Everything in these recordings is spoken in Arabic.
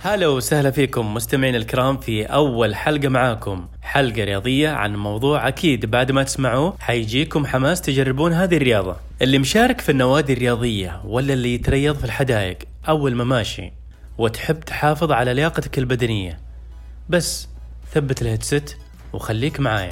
هلا وسهلا فيكم مستمعين الكرام في أول حلقة معاكم، حلقة رياضية عن موضوع أكيد بعد ما تسمعوه حيجيكم حماس تجربون هذه الرياضة. اللي مشارك في النوادي الرياضية ولا اللي يتريض في الحدائق أو المماشي وتحب تحافظ على لياقتك البدنية، بس ثبت الهيدسيت وخليك معايا.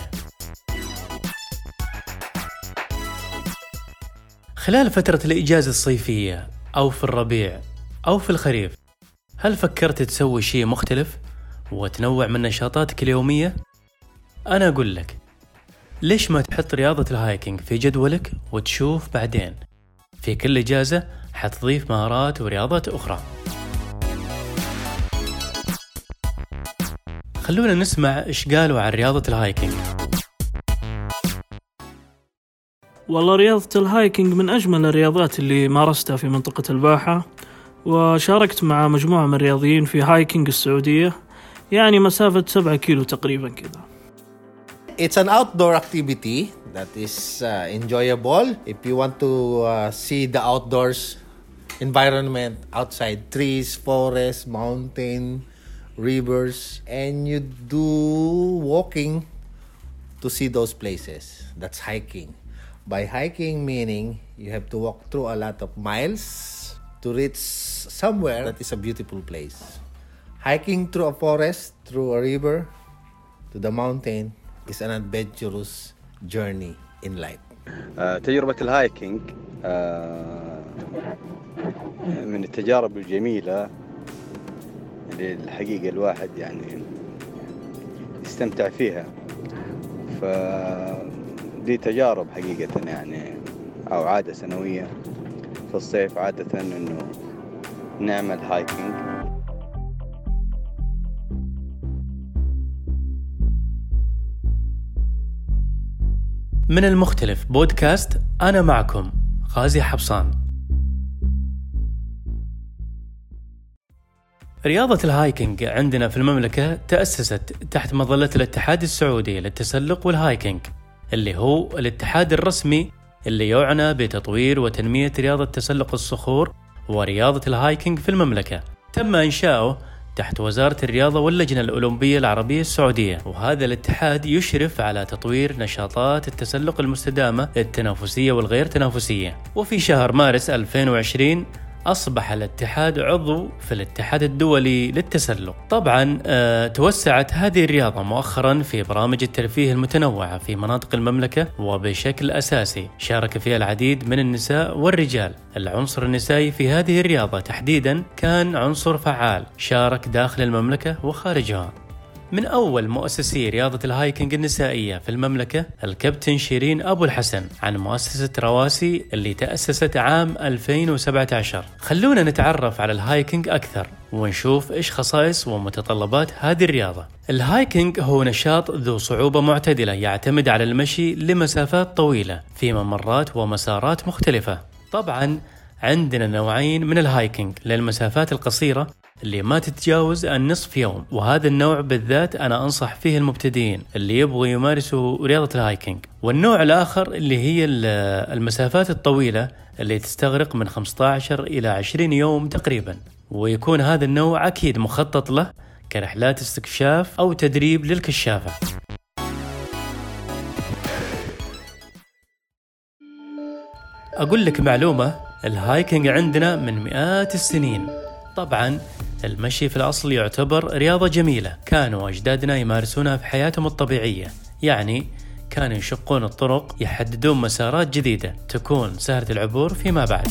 خلال فترة الإجازة الصيفية أو في الربيع أو في الخريف، هل فكرت تسوي شيء مختلف وتنوع من نشاطاتك اليومية؟ أنا أقول لك، ليش ما تحط رياضة الهايكينج في جدولك وتشوف بعدين في كل إجازة حتضيف مهارات ورياضات أخرى. خلونا نسمع إيش قالوا عن رياضة الهايكينج. والله رياضة الهايكينج من أجمل الرياضات اللي مارستها في منطقة الباحة، وشاركت مع مجموعة من الرياضيين في هايكينج السعودية، يعني مسافة 7 كيلو تقريبا كذا. It's an outdoor activity that is enjoyable if you want to see the outdoors environment outside, trees, forests, mountain, rivers, and you do walking to see those places. That's hiking. By hiking meaning you have to walk through a lot of miles to reach somewhere that is a beautiful place. Hiking through a forest, through a river, to the mountain is an adventurous journey in life. تجربة الهايكينج من التجارب الجميلة اللي الحقيقة الواحد يعني يستمتع فيها. فدي تجارب حقيقة يعني أو عادة سنوية في الصيف عادة إنه نعمل هايكينج. من المختلف بودكاست، أنا معكم غازي حبصان. رياضة الهايكينج عندنا في المملكة تأسست تحت مظلة الاتحاد السعودي للتسلق والهايكينج، اللي هو الاتحاد الرسمي اللي يعنى بتطوير وتنمية رياضة تسلق الصخور ورياضة الهايكينج في المملكة. تم إنشاؤه تحت وزارة الرياضة واللجنة الأولمبية العربية السعودية، وهذا الاتحاد يشرف على تطوير نشاطات التسلق المستدامة التنافسية والغير تنافسية. وفي شهر مارس 2020 أصبح الاتحاد عضو في الاتحاد الدولي للتسلق. طبعا توسعت هذه الرياضة مؤخرا في برامج الترفيه المتنوعة في مناطق المملكة، وبشكل أساسي شارك فيها العديد من النساء والرجال. العنصر النسائي في هذه الرياضة تحديدا كان عنصر فعال، شارك داخل المملكة وخارجها. من أول مؤسسي رياضة الهايكينج النسائية في المملكة الكابتن شيرين أبو الحسن عن مؤسسة رواسي اللي تأسست عام 2017. خلونا نتعرف على الهايكينج أكثر ونشوف إيش خصائص ومتطلبات هذه الرياضة. الهايكينج هو نشاط ذو صعوبة معتدلة يعتمد على المشي لمسافات طويلة في ممرات ومسارات مختلفة. طبعا عندنا نوعين من الهايكينج للمسافات القصيرة اللي ما تتجاوز النصف يوم، وهذا النوع بالذات أنا أنصح فيه المبتدئين اللي يبغوا يمارسوا رياضة الهايكينج. والنوع الآخر اللي هي المسافات الطويلة اللي تستغرق من 15 إلى 20 يوم تقريبا، ويكون هذا النوع أكيد مخطط له كرحلات استكشاف أو تدريب للكشافة. أقول لك معلومة، الهايكينج عندنا من مئات السنين. طبعا المشي في الأصل يعتبر رياضة جميلة، كانوا أجدادنا يمارسونها في حياتهم الطبيعية، يعني كانوا يشقون الطرق، يحددون مسارات جديدة تكون سهلة العبور فيما بعد.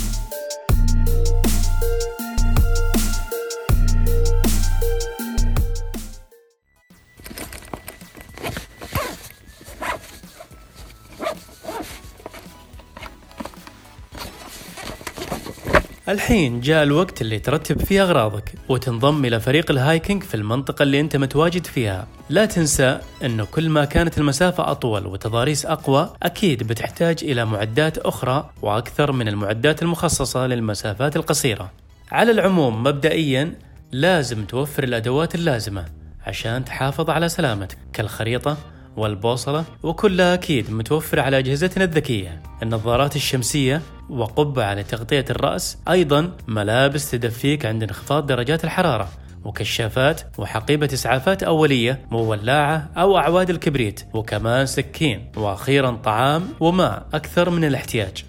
الحين جاء الوقت اللي ترتب فيه أغراضك وتنضم إلى فريق الهايكينج في المنطقة اللي أنت متواجد فيها. لا تنسى أنه كل ما كانت المسافة أطول وتضاريس أقوى، أكيد بتحتاج إلى معدات أخرى وأكثر من المعدات المخصصة للمسافات القصيرة. على العموم مبدئيا لازم توفر الأدوات اللازمة عشان تحافظ على سلامتك، كالخريطة والبوصلة، وكلها أكيد متوفرة على أجهزتنا الذكية، النظارات الشمسية وقبعة لتغطية الرأس، أيضا ملابس تدفيك عند انخفاض درجات الحرارة، وكشافات وحقيبة إسعافات أولية وولاعة أو أعواد الكبريت، وكمان سكين، وأخيرا طعام وماء أكثر من الاحتياج.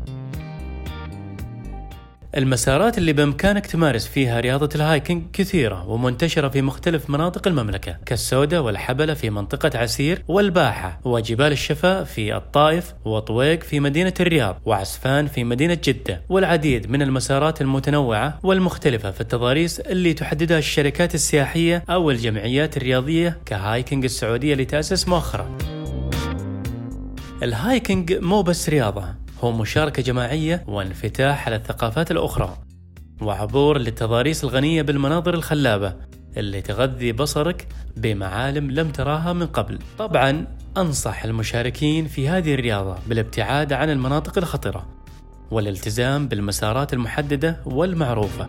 المسارات اللي بإمكانك تمارس فيها رياضة الهايكنج كثيرة ومنتشرة في مختلف مناطق المملكة، كالسودة والحبلة في منطقة عسير، والباحة وجبال الشفاء في الطائف، وطويق في مدينة الرياض، وعسفان في مدينة جدة، والعديد من المسارات المتنوعة والمختلفة في التضاريس اللي تحددها الشركات السياحية أو الجمعيات الرياضية كهايكنج السعودية اللي تأسس مؤخرا. الهايكنج مو بس رياضة، هو مشاركة جماعية وانفتاح على الثقافات الأخرى، وعبور للتضاريس الغنية بالمناظر الخلابة اللي تغذي بصرك بمعالم لم تراها من قبل. طبعا أنصح المشاركين في هذه الرياضة بالابتعاد عن المناطق الخطرة والالتزام بالمسارات المحددة والمعروفة.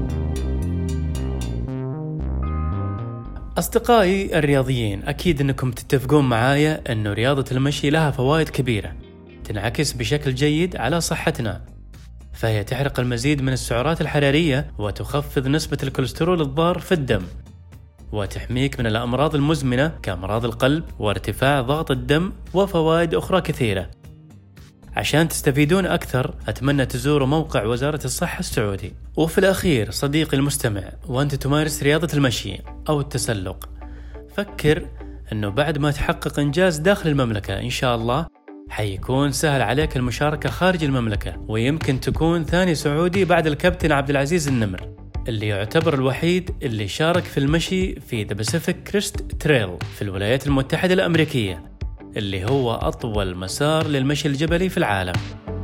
أصدقائي الرياضيين، أكيد أنكم تتفقون معايا أنه رياضة المشي لها فوائد كبيرة تنعكس بشكل جيد على صحتنا، فهي تحرق المزيد من السعرات الحرارية وتخفض نسبة الكوليسترول الضار في الدم، وتحميك من الأمراض المزمنة كأمراض القلب وارتفاع ضغط الدم وفوائد أخرى كثيرة. عشان تستفيدون أكثر أتمنى تزوروا موقع وزارة الصحة السعودي. وفي الأخير صديقي المستمع، وأنت تمارس رياضة المشي أو التسلق، فكر أنه بعد ما تحقق إنجاز داخل المملكة إن شاء الله حيكون سهل عليك المشاركة خارج المملكة، ويمكن تكون ثاني سعودي بعد الكابتن عبد العزيز النمر اللي يعتبر الوحيد اللي شارك في المشي في The Pacific Crest Trail في الولايات المتحدة الأمريكية، اللي هو أطول مسار للمشي الجبلي في العالم.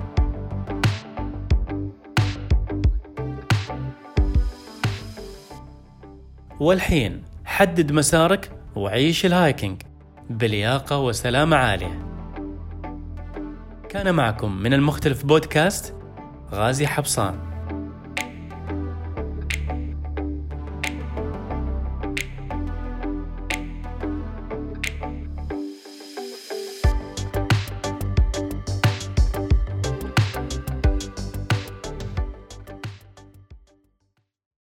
والحين حدد مسارك وعيش الهايكنج بلياقة وسلامة عالية. كان معكم من المختلف بودكاست غازي حبصان.